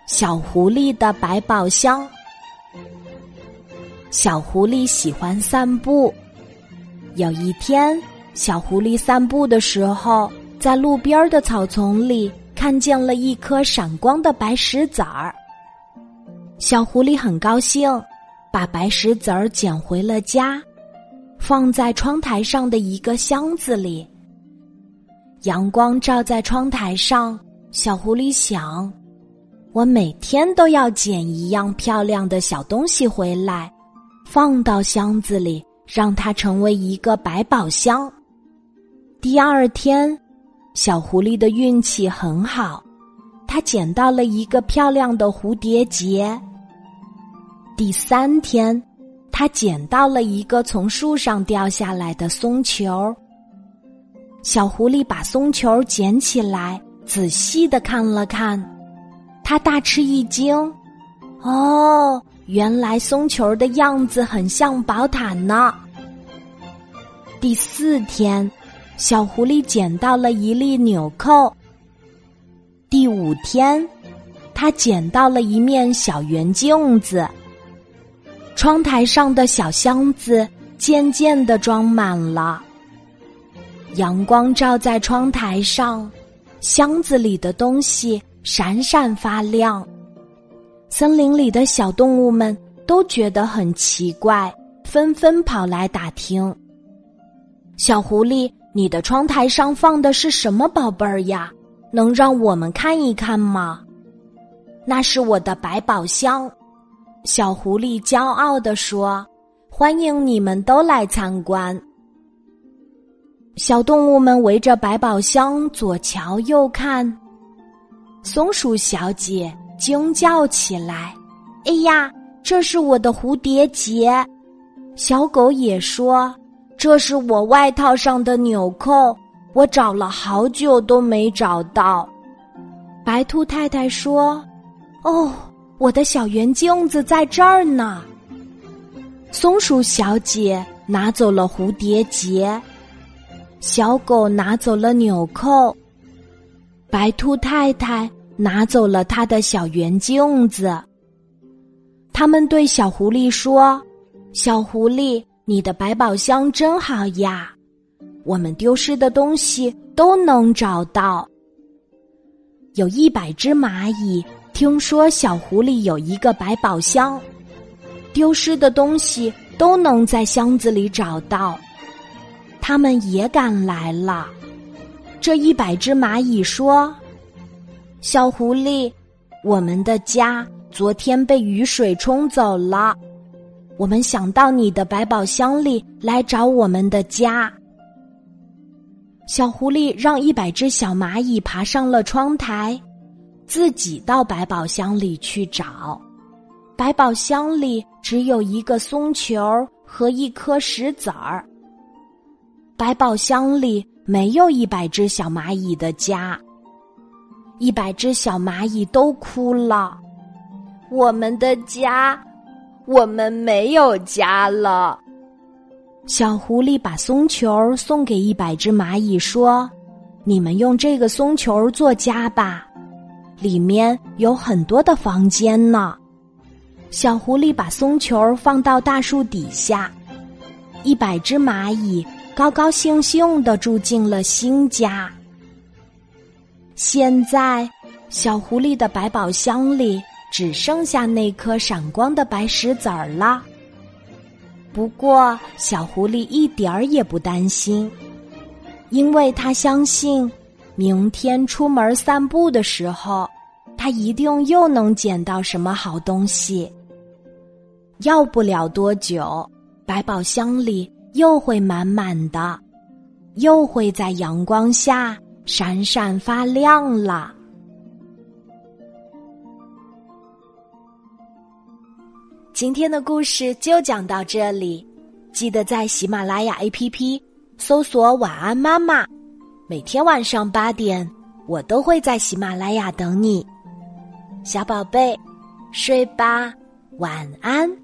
小狐狸的百宝箱。小狐狸喜欢散步。有一天，小狐狸散步的时候，在路边的草丛里看见了一颗闪光的白石子儿。小狐狸很高兴，把白石子儿捡回了家，放在窗台上的一个箱子里。阳光照在窗台上，小狐狸想，我每天都要捡一样漂亮的小东西回来，放到箱子里，让它成为一个百宝箱。第二天，小狐狸的运气很好，它捡到了一个漂亮的蝴蝶结。第三天，它捡到了一个从树上掉下来的松球。小狐狸把松球捡起来，仔细地看了看，它大吃一惊，哦，原来松球的样子很像宝塔呢。第四天，小狐狸捡到了一粒纽扣。第五天，它捡到了一面小圆镜子。窗台上的小箱子渐渐地装满了。阳光照在窗台上，箱子里的东西闪闪发亮。森林里的小动物们都觉得很奇怪，纷纷跑来打听。小狐狸，你的窗台上放的是什么宝贝儿呀？能让我们看一看吗？那是我的百宝箱。小狐狸骄傲地说，欢迎你们都来参观。小动物们围着百宝箱左瞧右看。松鼠小姐惊叫起来，哎呀，这是我的蝴蝶结。小狗也说，这是我外套上的纽扣，我找了好久都没找到。白兔太太说，哦，我的小圆镜子在这儿呢。松鼠小姐拿走了蝴蝶结，小狗拿走了纽扣，白兔太太拿走了她的小圆镜子。他们对小狐狸说，小狐狸，你的百宝箱真好呀，我们丢失的东西都能找到。有100只蚂蚁听说小狐狸有一个百宝箱，丢失的东西都能在箱子里找到。他们也赶来了。这100只蚂蚁说，小狐狸，我们的家昨天被雨水冲走了，我们想到你的百宝箱里来找我们的家。小狐狸让100只小蚂蚁爬上了窗台，自己到百宝箱里去找。百宝箱里只有一个松球和一颗石子儿。百宝箱里没有100只小蚂蚁的家。100只小蚂蚁都哭了，我们的家，我们没有家了。小狐狸把松球送给100只蚂蚁说，你们用这个松球做家吧，里面有很多的房间呢。小狐狸把松球放到大树底下，100只蚂蚁高高兴兴地住进了新家。现在，小狐狸的百宝箱里只剩下那颗闪光的白石子儿了。不过，小狐狸一点儿也不担心，因为他相信，明天出门散步的时候，他一定又能捡到什么好东西。要不了多久，百宝箱里又会满满的，又会在阳光下闪闪发亮了。今天的故事就讲到这里，记得在喜马拉雅 APP 搜索晚安妈妈，每天晚上8点，我都会在喜马拉雅等你。小宝贝，睡吧，晚安。